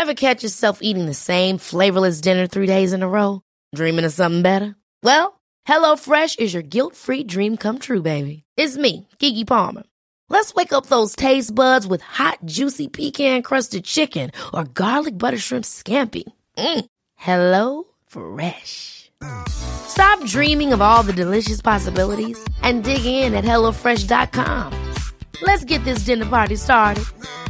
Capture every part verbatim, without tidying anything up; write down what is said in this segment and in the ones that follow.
Ever catch yourself eating the same flavorless dinner three days in a row? Dreaming of something better? Well, HelloFresh is your guilt-free dream come true, baby. It's me, Keke Palmer. Let's wake up those taste buds with hot, juicy pecan-crusted chicken or garlic butter shrimp scampi. Mm. Hello Fresh. Stop dreaming of all the delicious possibilities and dig in at hello fresh dot com. Let's get this dinner party started.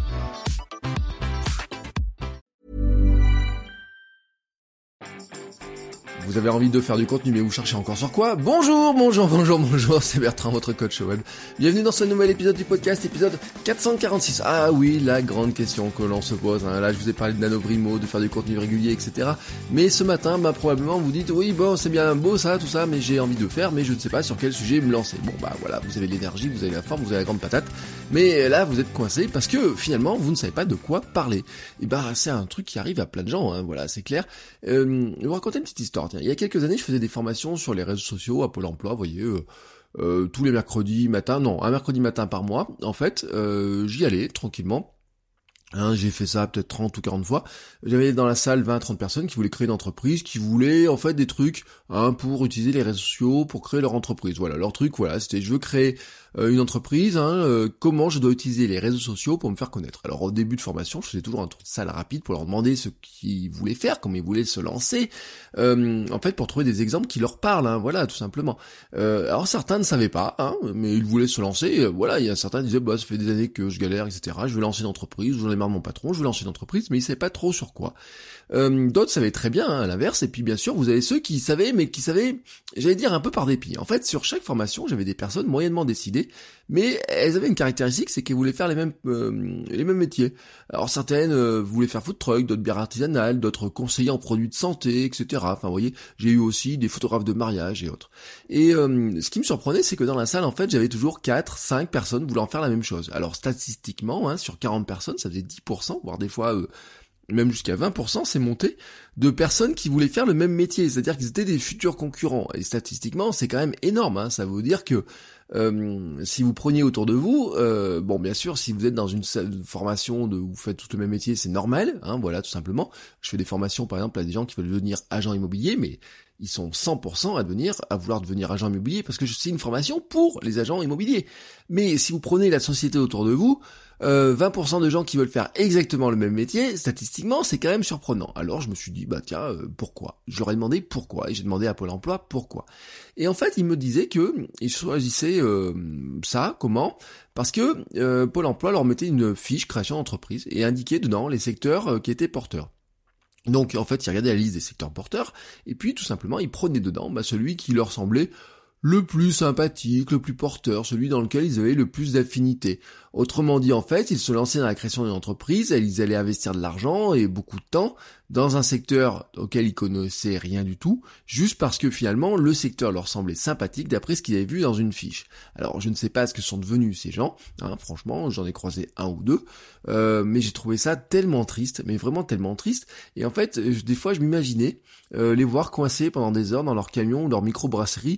Vous avez envie de faire du contenu mais vous cherchez encore sur quoi? Bonjour, bonjour, bonjour, bonjour, c'est Bertrand, votre coach web. Bienvenue dans ce nouvel épisode du podcast, épisode quatre cent quarante-six. Ah oui, la grande question que l'on se pose, hein. Là je vous ai parlé de NanoVrimo, de faire du contenu régulier, et cetera. Mais ce matin, bah probablement vous dites, oui bon c'est bien beau ça, tout ça, mais j'ai envie de faire, mais je ne sais pas sur quel sujet me lancer. Bon bah voilà, vous avez l'énergie, vous avez la forme, vous avez la grande patate, mais là vous êtes coincé parce que finalement vous ne savez pas de quoi parler. Et bah c'est un truc qui arrive à plein de gens, hein, voilà, c'est clair. Euh, je vais vous raconter une petite histoire. Il y a quelques années, je faisais des formations sur les réseaux sociaux à Pôle emploi, vous voyez, euh, euh, tous les mercredis matin, non, un mercredi matin par mois, en fait, euh, j'y allais tranquillement. Hein, j'ai fait ça peut-être trente ou quarante fois. J'avais dans la salle vingt à trente personnes qui voulaient créer une entreprise, qui voulaient en fait des trucs hein, pour utiliser les réseaux sociaux, pour créer leur entreprise. Voilà, leur truc, voilà, c'était je veux créer euh, une entreprise, hein, euh, comment je dois utiliser les réseaux sociaux pour me faire connaître. Alors au début de formation, je faisais toujours un tour de salle rapide pour leur demander ce qu'ils voulaient faire, comment ils voulaient se lancer, euh, en fait pour trouver des exemples qui leur parlent, hein, voilà, tout simplement. Euh, alors certains ne savaient pas, hein, mais ils voulaient se lancer, euh, voilà, il y a certains qui disaient, bah ça fait des années que je galère, et cetera. Je veux lancer une entreprise, j'en ai marre de mon patron, je veux lancer une entreprise, mais ils savaient pas trop sur quoi. Euh, d'autres savaient très bien, hein, à l'inverse, et puis bien sûr, vous avez ceux qui savaient, mais qui savaient, j'allais dire un peu par dépit. En fait, sur chaque formation, j'avais des personnes moyennement décidées, mais elles avaient une caractéristique, c'est qu'elles voulaient faire les mêmes euh, les mêmes métiers. Alors certaines euh, voulaient faire food truck, d'autres bières artisanales, d'autres conseillers en produits de santé, et cetera. Enfin, vous voyez, j'ai eu aussi des photographes de mariage et autres. Et euh, ce qui me surprenait, c'est que dans la salle, en fait, j'avais toujours quatre, cinq personnes voulant faire la même chose. Alors statistiquement, hein, sur quarante personnes, ça faisait dix pour cent, voire des fois... Euh, même jusqu'à vingt pour cent, c'est monté, de personnes qui voulaient faire le même métier, c'est-à-dire qu'ils étaient des futurs concurrents. Et statistiquement, c'est quand même énorme, hein. Ça veut dire que euh, si vous preniez autour de vous, euh, bon bien sûr, si vous êtes dans une formation de vous faites tout le même métier, c'est normal, hein, voilà, tout simplement. Je fais des formations, par exemple, à des gens qui veulent devenir agents immobiliers, mais ils sont cent pour cent à devenir, à vouloir devenir agent immobilier, parce que c'est une formation pour les agents immobiliers. Mais si vous prenez la société autour de vous, Euh, vingt pour cent de gens qui veulent faire exactement le même métier, statistiquement, c'est quand même surprenant. Alors je me suis dit, bah tiens, euh, pourquoi? Je leur ai demandé pourquoi, et j'ai demandé à Pôle emploi pourquoi. Et en fait, ils me disaient que ils choisissaient euh, ça, comment? Parce que euh, Pôle emploi leur mettait une fiche création d'entreprise et indiquait dedans les secteurs euh, qui étaient porteurs. Donc en fait, ils regardaient la liste des secteurs porteurs, et puis tout simplement, ils prenaient dedans bah, celui qui leur semblait le plus sympathique, le plus porteur, celui dans lequel ils avaient le plus d'affinité. Autrement dit, en fait, ils se lançaient dans la création d'une entreprise, ils allaient investir de l'argent et beaucoup de temps dans un secteur auquel ils connaissaient rien du tout, juste parce que finalement, le secteur leur semblait sympathique d'après ce qu'ils avaient vu dans une fiche. Alors, je ne sais pas ce que sont devenus ces gens, hein, franchement, j'en ai croisé un ou deux, euh, mais j'ai trouvé ça tellement triste, mais vraiment tellement triste, et en fait, je, des fois, je m'imaginais euh, les voir coincés pendant des heures dans leur camion ou leur microbrasserie,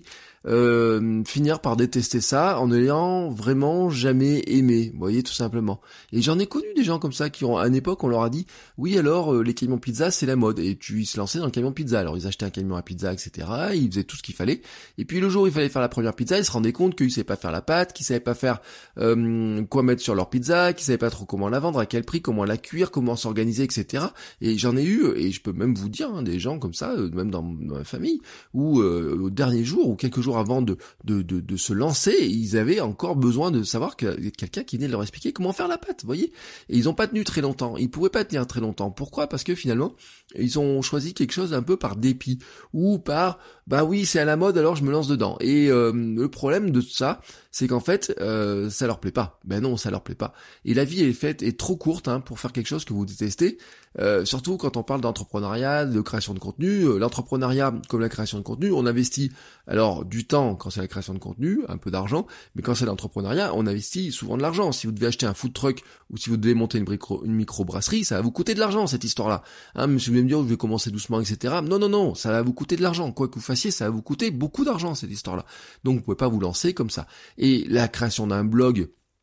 Euh, finir par détester ça en n'ayant vraiment jamais aimé, vous voyez, tout simplement. Et j'en ai connu des gens comme ça qui ont, à une époque, on leur a dit, oui alors, euh, les camions pizza c'est la mode, et puis ils se lançaient dans le camion pizza, alors ils achetaient un camion à pizza, et cetera, ils faisaient tout ce qu'il fallait, et puis le jour où il fallait faire la première pizza, ils se rendaient compte qu'ils savaient pas faire la pâte, qu'ils savaient pas faire euh, quoi mettre sur leur pizza, qu'ils savaient pas trop comment la vendre, à quel prix, comment la cuire, comment s'organiser, et cetera. Et j'en ai eu, et je peux même vous dire, hein, des gens comme ça, euh, même dans, dans ma famille, où euh, au dernier jour, ou quelques jours avant de, de, de, de se lancer, ils avaient encore besoin de savoir que quelqu'un qui venait de leur expliquer comment faire la pâte, vous voyez. Et ils ont pas tenu très longtemps, ils pouvaient pas tenir très longtemps. Pourquoi? Parce que finalement, ils ont choisi quelque chose un peu par dépit, ou par, bah oui, c'est à la mode, alors je me lance dedans. Et euh, le problème de ça, c'est qu'en fait, euh, ça leur plaît pas. Ben non, ça leur plaît pas. Et la vie est faite, est trop courte hein, pour faire quelque chose que vous détestez, euh, surtout quand on parle d'entrepreneuriat, de création de contenu. Euh, l'entrepreneuriat, comme la création de contenu, on investit alors du temps quand c'est la création de contenu, un peu d'argent, mais quand c'est l'entrepreneuriat, on investit souvent de l'argent. Si vous devez acheter un food truck ou si vous devez monter une, micro, une micro-brasserie, ça va vous coûter de l'argent, cette histoire-là. Hein, monsieur, vous allez me dire, je vais commencer doucement, et cetera. Non, non, non, ça va vous coûter de l'argent. Quoi que vous fassiez, ça va vous coûter beaucoup d'argent, cette histoire-là. Donc, vous pouvez pas vous lancer comme ça. Et la création d'un blog,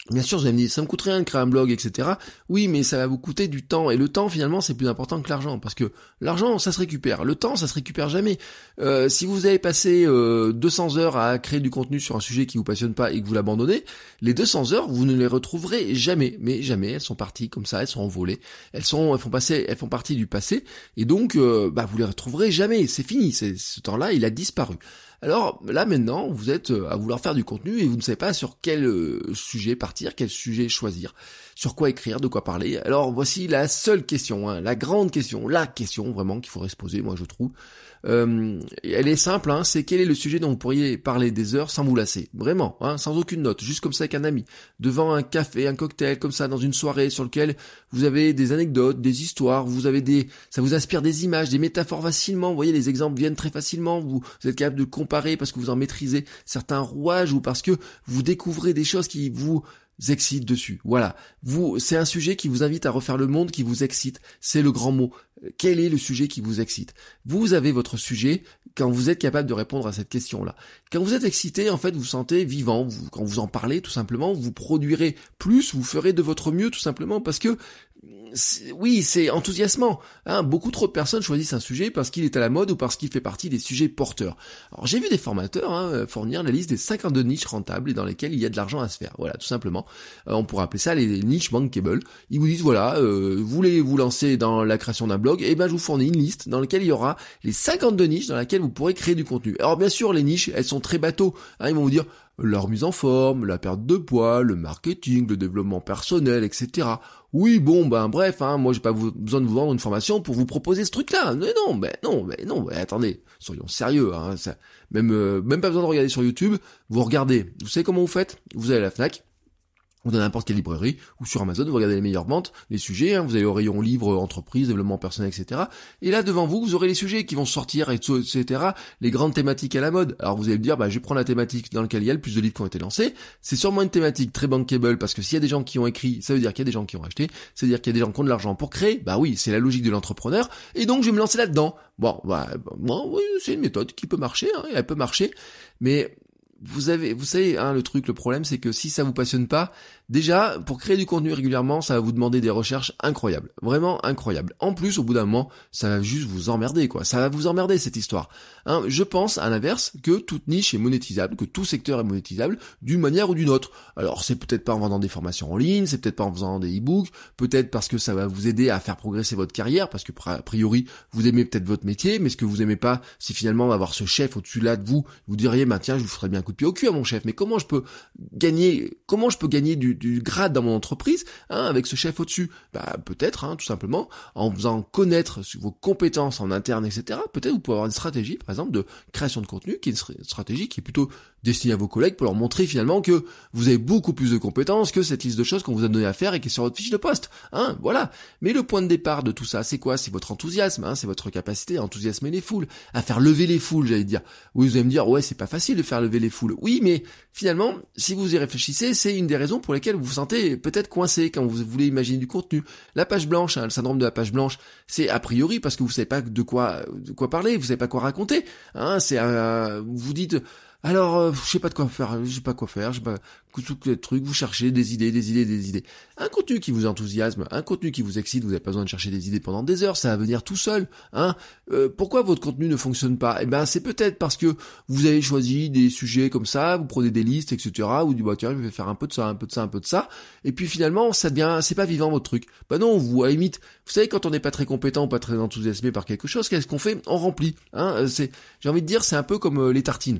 Bien sûr, vous allez me dire, ça me coûte rien de créer un blog, et cetera. Oui, mais ça va vous coûter du temps. Et le temps, finalement, c'est plus important que l'argent. Parce que l'argent, ça se récupère. Le temps, ça se récupère jamais. Euh, si vous avez passé euh, deux cents heures à créer du contenu sur un sujet qui vous passionne pas et que vous l'abandonnez, les deux cents heures, vous ne les retrouverez jamais. Mais jamais. Elles sont parties comme ça, elles sont envolées. Elles sont, elles font passer, elles font partie du passé. Et donc, euh, bah, vous les retrouverez jamais. C'est fini. C'est, ce temps-là, il a disparu. Alors là maintenant, vous êtes à vouloir faire du contenu et vous ne savez pas sur quel euh, sujet partir, quel sujet choisir, sur quoi écrire, de quoi parler. Alors voici la seule question, hein, la grande question, la question vraiment qu'il faudrait se poser, moi je trouve. Euh, elle est simple, hein, c'est quel est le sujet dont vous pourriez parler des heures sans vous lasser, vraiment, hein, sans aucune note, juste comme ça avec un ami, devant un café, un cocktail, comme ça, dans une soirée sur lequel vous avez des anecdotes, des histoires, vous avez des, ça vous inspire des images, des métaphores facilement, vous voyez, les exemples viennent très facilement, vous, vous êtes capable de comparer parce que vous en maîtrisez certains rouages ou parce que vous découvrez des choses qui vous excite dessus. Voilà. Vous, c'est un sujet qui vous invite à refaire le monde, qui vous excite. C'est le grand mot. Quel est le sujet qui vous excite? Vous avez votre sujet quand vous êtes capable de répondre à cette question-là. Quand vous êtes excité, en fait, vous vous sentez vivant. Vous, quand vous en parlez, tout simplement, vous produirez plus, vous ferez de votre mieux, tout simplement, parce que c'est, oui, c'est enthousiasmant. Hein, beaucoup trop de personnes choisissent un sujet parce qu'il est à la mode ou parce qu'il fait partie des sujets porteurs. Alors j'ai vu des formateurs hein, fournir la liste des cinquante-deux niches rentables et dans lesquelles il y a de l'argent à se faire. Voilà, tout simplement. Euh, on pourrait appeler ça les niches bankable. Ils vous disent voilà, euh, vous voulez vous lancer dans la création d'un blog, et ben je vous fournis une liste dans laquelle il y aura les cinquante-deux niches dans lesquelles vous pourrez créer du contenu. Alors bien sûr, les niches, elles sont très bateaux. Hein, ils vont vous dire la remise en forme, la perte de poids, le marketing, le développement personnel, et cetera. Oui, bon, ben bref, hein, moi j'ai pas besoin de vous vendre une formation pour vous proposer ce truc-là. Mais non, mais non, mais non, mais attendez, soyons sérieux. Hein, ça, même, euh, même pas besoin de regarder sur YouTube. Vous regardez. Vous savez comment vous faites? Vous allez à la Fnac. Ou dans n'importe quelle librairie, ou sur Amazon, vous regardez les meilleures ventes, les sujets, hein, vous allez au rayon livres, entreprise, développement personnel, et cetera. Et là, devant vous, vous aurez les sujets qui vont sortir, et cetera, les grandes thématiques à la mode. Alors vous allez me dire, bah, je vais prendre la thématique dans laquelle il y a le plus de livres qui ont été lancés. C'est sûrement une thématique très bankable, parce que s'il y a des gens qui ont écrit, ça veut dire qu'il y a des gens qui ont acheté, ça veut dire qu'il y a des gens qui ont de l'argent pour créer. Bah oui, c'est la logique de l'entrepreneur, et donc je vais me lancer là-dedans. Bon, bah, bon, oui, c'est une méthode qui peut marcher, hein, elle peut marcher, mais vous avez, vous savez, hein, le truc, le problème, c'est que si ça vous passionne pas, déjà, pour créer du contenu régulièrement, ça va vous demander des recherches incroyables. Vraiment incroyables. En plus, au bout d'un moment, ça va juste vous emmerder, quoi. Ça va vous emmerder, cette histoire. Hein, je pense, à l'inverse, que toute niche est monétisable, que tout secteur est monétisable, d'une manière ou d'une autre. Alors, c'est peut-être pas en vendant des formations en ligne, c'est peut-être pas en faisant des e-books, peut-être parce que ça va vous aider à faire progresser votre carrière, parce que, a priori, vous aimez peut-être votre métier, mais ce que vous aimez pas, c'est finalement d'avoir ce chef au-dessus là de vous. Vous diriez, bah, tiens, je vous ferais bien un coup de pied au cul à mon chef, mais comment je peux gagner, comment je peux gagner du, du grade dans mon entreprise, hein, avec ce chef au-dessus? Bah, peut-être, hein, tout simplement, en faisant connaître vos compétences en interne, et cetera. Peut-être vous pouvez avoir une stratégie, par exemple, de création de contenu, qui est une stratégie qui est plutôt destinée à vos collègues pour leur montrer finalement que vous avez beaucoup plus de compétences que cette liste de choses qu'on vous a donné à faire et qui est sur votre fiche de poste, hein, voilà. Mais le point de départ de tout ça, c'est quoi? C'est votre enthousiasme, hein, c'est votre capacité à enthousiasmer les foules, à faire lever les foules, j'allais dire. Oui, vous allez me dire, ouais, c'est pas facile de faire lever les foules. Oui, mais finalement, si vous y réfléchissez, c'est une des raisons pour lesquelles vous vous sentez peut-être coincé quand vous voulez imaginer du contenu. La page blanche, hein, le syndrome de la page blanche, c'est a priori parce que vous savez pas de quoi de quoi parler, vous savez pas quoi raconter. Hein, c'est euh, vous dites alors euh, je sais pas de quoi faire, je sais pas quoi faire, je sais pas tout les trucs, vous cherchez des idées, des idées, des idées. Un contenu qui vous enthousiasme, un contenu qui vous excite, vous n'avez pas besoin de chercher des idées pendant des heures, ça va venir tout seul. Hein. Euh, pourquoi votre contenu ne fonctionne pas? Eh ben c'est peut-être parce que vous avez choisi des sujets comme ça, vous prenez des listes, et cetera. Vous dites bah tiens je vais faire un peu de ça, un peu de ça, un peu de ça, et puis finalement ça devient, c'est pas vivant votre truc. Bah non, vous à la limite, vous savez quand on n'est pas très compétent, pas très enthousiasmé par quelque chose, qu'est-ce qu'on fait? On remplit. Hein. C'est, j'ai envie de dire, c'est un peu comme euh, les tartines.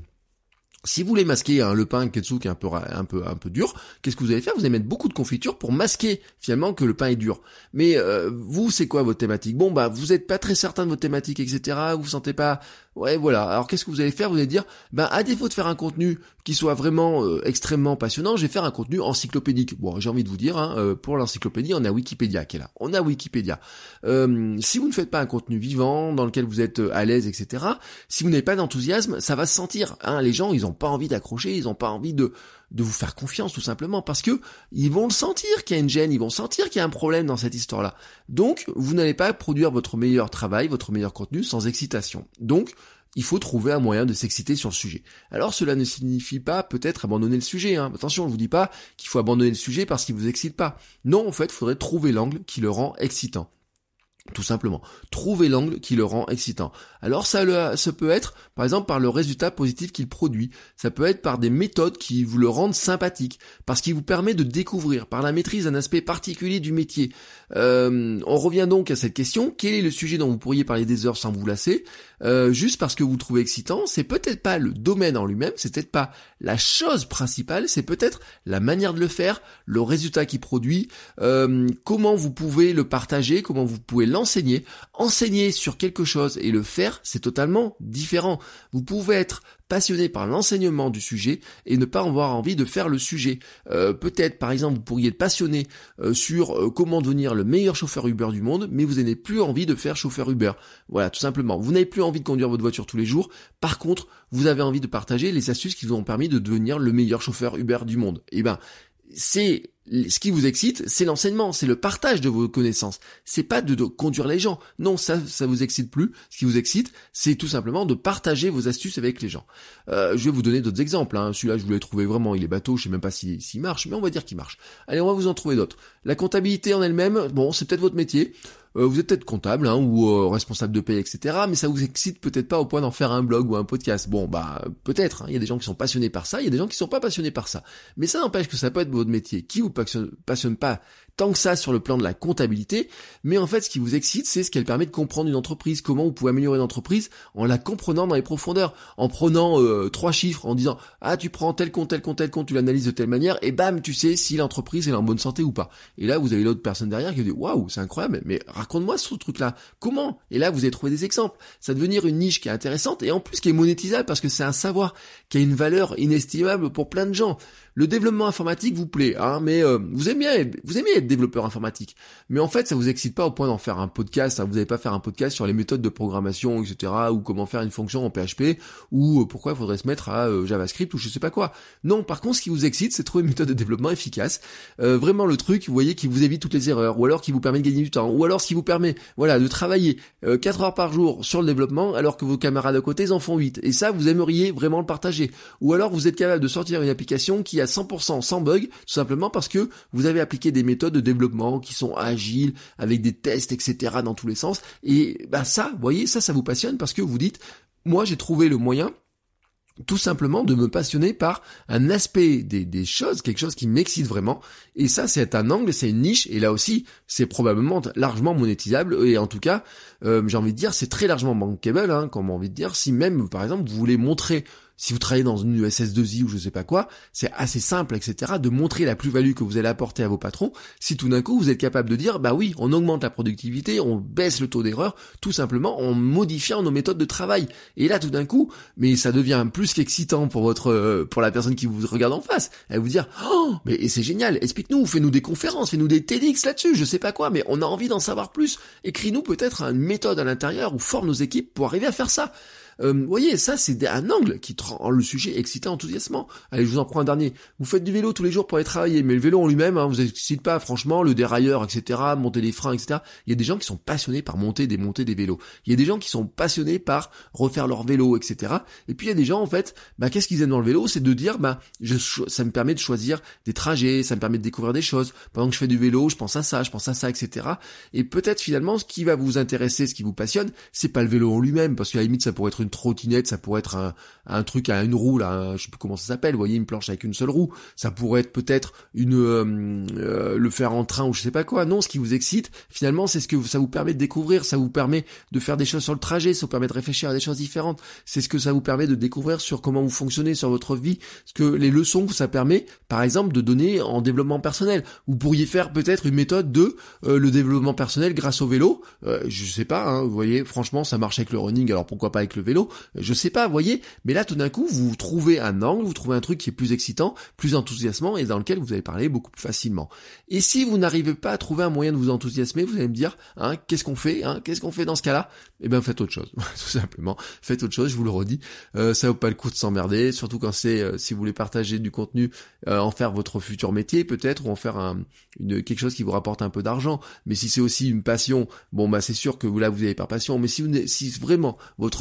Si vous voulez masquer hein, le pain ketsu qui est un peu un peu un peu dur, qu'est-ce que vous allez faire? Vous allez mettre beaucoup de confiture pour masquer finalement que le pain est dur. Mais euh, vous, c'est quoi votre thématique? Bon bah vous êtes pas très certain de votre thématique, et cetera. Vous vous sentez pas. Ouais voilà. Alors qu'est-ce que vous allez faire? Vous allez dire, ben à défaut de faire un contenu qui soit vraiment euh, extrêmement passionnant, je vais faire un contenu encyclopédique. Bon, j'ai envie de vous dire, hein, euh, pour l'encyclopédie, on a Wikipédia qui est là. On a Wikipédia. Euh, si vous ne faites pas un contenu vivant dans lequel vous êtes à l'aise, et cetera. Si vous n'avez pas d'enthousiasme, ça va se sentir. Hein, les gens, ils ont pas envie d'accrocher, ils ont pas envie de de vous faire confiance tout simplement parce que ils vont le sentir qu'il y a une gêne, ils vont sentir qu'il y a un problème dans cette histoire-là. Donc, vous n'allez pas produire votre meilleur travail, votre meilleur contenu sans excitation. Donc, il faut trouver un moyen de s'exciter sur le sujet. Alors cela ne signifie pas peut-être abandonner le sujet, hein. Attention, je vous dis pas qu'il faut abandonner le sujet parce qu'il vous excite pas. Non, en fait, il faudrait trouver l'angle qui le rend excitant. Tout simplement. Trouver l'angle qui le rend excitant. Alors ça, le, ça peut être, par exemple, par le résultat positif qu'il produit. Ça peut être par des méthodes qui vous le rendent sympathique, parce qu'il vous permet de découvrir, par la maîtrise d'un aspect particulier du métier. Euh, on revient donc à cette question. Quel est le sujet dont vous pourriez parler des heures sans vous lasser ? Euh, juste parce que vous le trouvez excitant, c'est peut-être pas le domaine en lui-même, c'est peut-être pas la chose principale, c'est peut-être la manière de le faire, le résultat qu'il produit, euh, comment vous pouvez le partager, comment vous pouvez l'enseigner. Enseigner sur quelque chose et le faire, c'est totalement différent. Vous pouvez être passionné par l'enseignement du sujet et ne pas avoir envie de faire le sujet. Euh, peut-être, par exemple, vous pourriez être passionné euh, sur euh, comment devenir le meilleur chauffeur Uber du monde, mais vous n'avez plus envie de faire chauffeur Uber. Voilà, tout simplement. Vous n'avez plus envie de conduire votre voiture tous les jours. Par contre, vous avez envie de partager les astuces qui vous ont permis de devenir le meilleur chauffeur Uber du monde. Eh ben, c'est ce qui vous excite, c'est l'enseignement, c'est le partage de vos connaissances. C'est pas de, de conduire les gens. Non, ça, ça vous excite plus. Ce qui vous excite, c'est tout simplement de partager vos astuces avec les gens. Euh, je vais vous donner d'autres exemples. Hein. Celui-là, je vous l'ai trouvé vraiment, il est bateau. Je sais même pas s'il si, si marche, mais on va dire qu'il marche. Allez, on va vous en trouver d'autres. La comptabilité en elle-même, bon, c'est peut-être votre métier. Euh, vous êtes peut-être comptable hein, ou euh, responsable de paie, et cetera. Mais ça vous excite peut-être pas au point d'en faire un blog ou un podcast. Bon, bah peut-être. Hein, il y a des gens qui sont passionnés par ça, il y a des gens qui sont pas passionnés par ça. Mais ça n'empêche que ça peut être votre métier qui vous passionne, passionne pas tant que ça sur le plan de la comptabilité. Mais en fait, ce qui vous excite, c'est ce qu'elle permet de comprendre une entreprise. Comment vous pouvez améliorer une entreprise en la comprenant dans les profondeurs, en prenant euh, trois chiffres, en disant ah tu prends tel compte, tel compte, tel compte, tu l'analyses de telle manière, et bam, tu sais si l'entreprise est en bonne santé ou pas. Et là, vous avez l'autre personne derrière qui vous dit waouh, c'est incroyable, mais raconte-moi ce truc-là. Comment ? Et là, vous avez trouvé des exemples. Ça va devenir une niche qui est intéressante et en plus qui est monétisable parce que c'est un savoir qui a une valeur inestimable pour plein de gens. Le développement informatique vous plaît, hein, mais euh, vous aimez être, vous aimez être développeur informatique. Mais en fait, ça vous excite pas au point d'en faire un podcast. Hein, vous n'allez pas faire un podcast sur les méthodes de programmation, et cetera, ou comment faire une fonction en P H P, ou euh, pourquoi il faudrait se mettre à euh, JavaScript ou je sais pas quoi. Non, par contre, ce qui vous excite, c'est de trouver une méthode de développement efficace. Euh, vraiment le truc, vous voyez, qui vous évite toutes les erreurs, ou alors qui vous permet de gagner du temps, ou alors ce qui vous permet, voilà, de travailler euh, quatre heures par jour sur le développement, alors que vos camarades à côté, ils en font huit. Et ça, vous aimeriez vraiment le partager. Ou alors, vous êtes capable de sortir une application qui a cent pour cent sans bug, tout simplement parce que vous avez appliqué des méthodes de développement qui sont agiles, avec des tests, et cetera dans tous les sens. Et bah ça, vous voyez, ça, ça vous passionne parce que vous dites, moi j'ai trouvé le moyen tout simplement de me passionner par un aspect des, des choses, quelque chose qui m'excite vraiment. Et ça, c'est un angle, c'est une niche. Et là aussi, c'est probablement largement monétisable. Et en tout cas, euh, j'ai envie de dire, c'est très largement bankable, hein, comme on envie de dire. Si même, par exemple, vous voulez montrer, si vous travaillez dans une S S deux I ou je sais pas quoi, c'est assez simple, et cetera, de montrer la plus-value que vous allez apporter à vos patrons. Si tout d'un coup, vous êtes capable de dire, bah oui, on augmente la productivité, on baisse le taux d'erreur, tout simplement en modifiant nos méthodes de travail. Et là, tout d'un coup, mais ça devient plus qu'excitant pour votre, euh, pour la personne qui vous regarde en face. Elle vous dire, oh, mais et c'est génial, explique-nous, fais-nous des conférences, fais-nous des TEDx là-dessus, je sais pas quoi, mais on a envie d'en savoir plus. Écris-nous peut-être une méthode à l'intérieur ou forme nos équipes pour arriver à faire ça. Euh, vous voyez, ça c'est un angle qui rend le sujet excitant, enthousiasmant. Allez, je vous en prends un dernier. Vous faites du vélo tous les jours pour aller travailler, mais le vélo en lui-même, hein, vous excite pas, franchement, le dérailleur, et cetera, monter les freins, et cetera. Il y a des gens qui sont passionnés par monter, démonter des vélos. Il y a des gens qui sont passionnés par refaire leur vélo, et cetera. Et puis il y a des gens, en fait, bah qu'est-ce qu'ils aiment dans le vélo, c'est de dire, bah je, ça me permet de choisir des trajets, ça me permet de découvrir des choses. Pendant que je fais du vélo, je pense à ça, je pense à ça, et cetera. Et peut-être finalement, ce qui va vous intéresser, ce qui vous passionne, c'est pas le vélo en lui-même, parce qu'à la limite, ça pourrait être une trottinette, ça pourrait être un, un truc à une roue, là, un, je sais plus comment ça s'appelle, vous voyez, une planche avec une seule roue, ça pourrait être peut-être une euh, euh, le faire en train ou je sais pas quoi. Non, ce qui vous excite, finalement, c'est ce que ça vous permet de découvrir, ça vous permet de faire des choses sur le trajet, ça vous permet de réfléchir à des choses différentes, c'est ce que ça vous permet de découvrir sur comment vous fonctionnez sur votre vie, ce que les leçons que ça permet, par exemple, de donner en développement personnel. Vous pourriez faire peut-être une méthode de euh, le développement personnel grâce au vélo, euh, je sais pas, hein, vous voyez, franchement, ça marche avec le running, alors pourquoi pas avec le vélo, je sais pas, vous voyez, mais là tout d'un coup vous trouvez un angle, vous trouvez un truc qui est plus excitant, plus enthousiasmant et dans lequel vous allez parler beaucoup plus facilement. Et si vous n'arrivez pas à trouver un moyen de vous enthousiasmer, vous allez me dire, hein, qu'est-ce qu'on fait, hein, qu'est-ce qu'on fait dans ce cas-là ? Eh ben faites autre chose, tout simplement, faites autre chose, je vous le redis, euh, ça vaut pas le coup de s'emmerder, surtout quand c'est, euh, si vous voulez partager du contenu, euh, en faire votre futur métier peut-être, ou en faire un, une, quelque chose qui vous rapporte un peu d'argent, mais si c'est aussi une passion, bon bah c'est sûr que vous là vous avez par passion, mais si vous, si vraiment votre but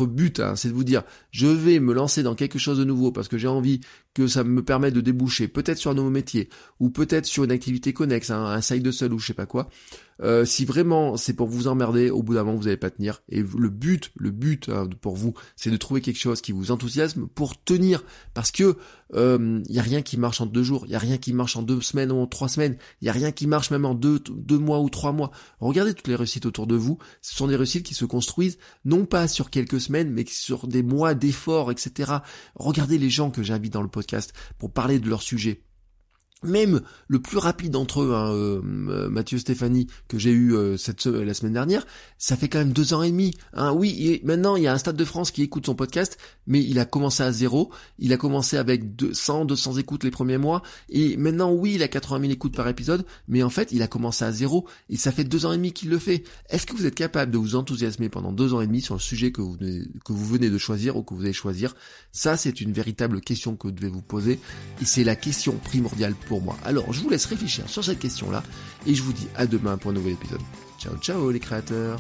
là, hein, c'est de vous dire, je vais me lancer dans quelque chose de nouveau parce que j'ai envie que ça me permette de déboucher, peut-être sur un nouveau métier, ou peut-être sur une activité connexe, hein, un side hustle ou je sais pas quoi. Euh, si vraiment c'est pour vous emmerder, au bout d'un moment vous n'allez pas tenir. Et le but, le but hein, pour vous, c'est de trouver quelque chose qui vous enthousiasme pour tenir. Parce que euh, y a rien qui marche en deux jours, il y a rien qui marche en deux semaines ou en trois semaines, il y a rien qui marche même en deux, deux mois ou trois mois. Regardez toutes les réussites autour de vous. Ce sont des réussites qui se construisent non pas sur quelques semaines, mais sur des mois d'efforts, et cetera. Regardez les gens que j'invite dans le podcast pour parler de leur sujet. Même le plus rapide d'entre eux, hein, euh, Mathieu Stéphanie, que j'ai eu euh, cette la semaine dernière, ça fait quand même deux ans et demi. Hein. Oui, et maintenant il y a un Stade de France qui écoute son podcast, mais il a commencé à zéro. Il a commencé avec deux cents, deux cents écoutes les premiers mois, et maintenant oui, il a quatre-vingt mille écoutes par épisode, mais en fait il a commencé à zéro, et ça fait deux ans et demi qu'il le fait. Est-ce que vous êtes capable de vous enthousiasmer pendant deux ans et demi sur le sujet que vous que vous venez de choisir ou que vous allez choisir? Ça, c'est une véritable question que vous devez vous poser, et c'est la question primordiale pour moi. Alors, je vous laisse réfléchir sur cette question-là, et je vous dis à demain pour un nouvel épisode. Ciao, ciao les créateurs.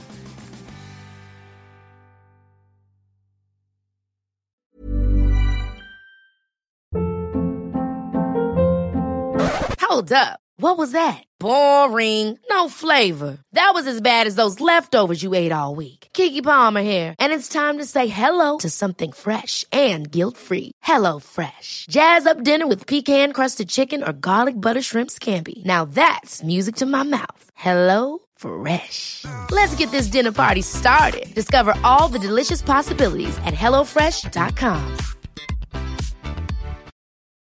Hold up. What was that? Boring. No flavor. That was as bad as those leftovers you ate all week. Keke Palmer here, and it's time to say hello to something fresh and guilt-free. Hello Fresh. Jazz up dinner with pecan-crusted chicken or garlic butter shrimp scampi. Now that's music to my mouth. Hello Fresh. Let's get this dinner party started. Discover all the delicious possibilities at hello fresh dot com.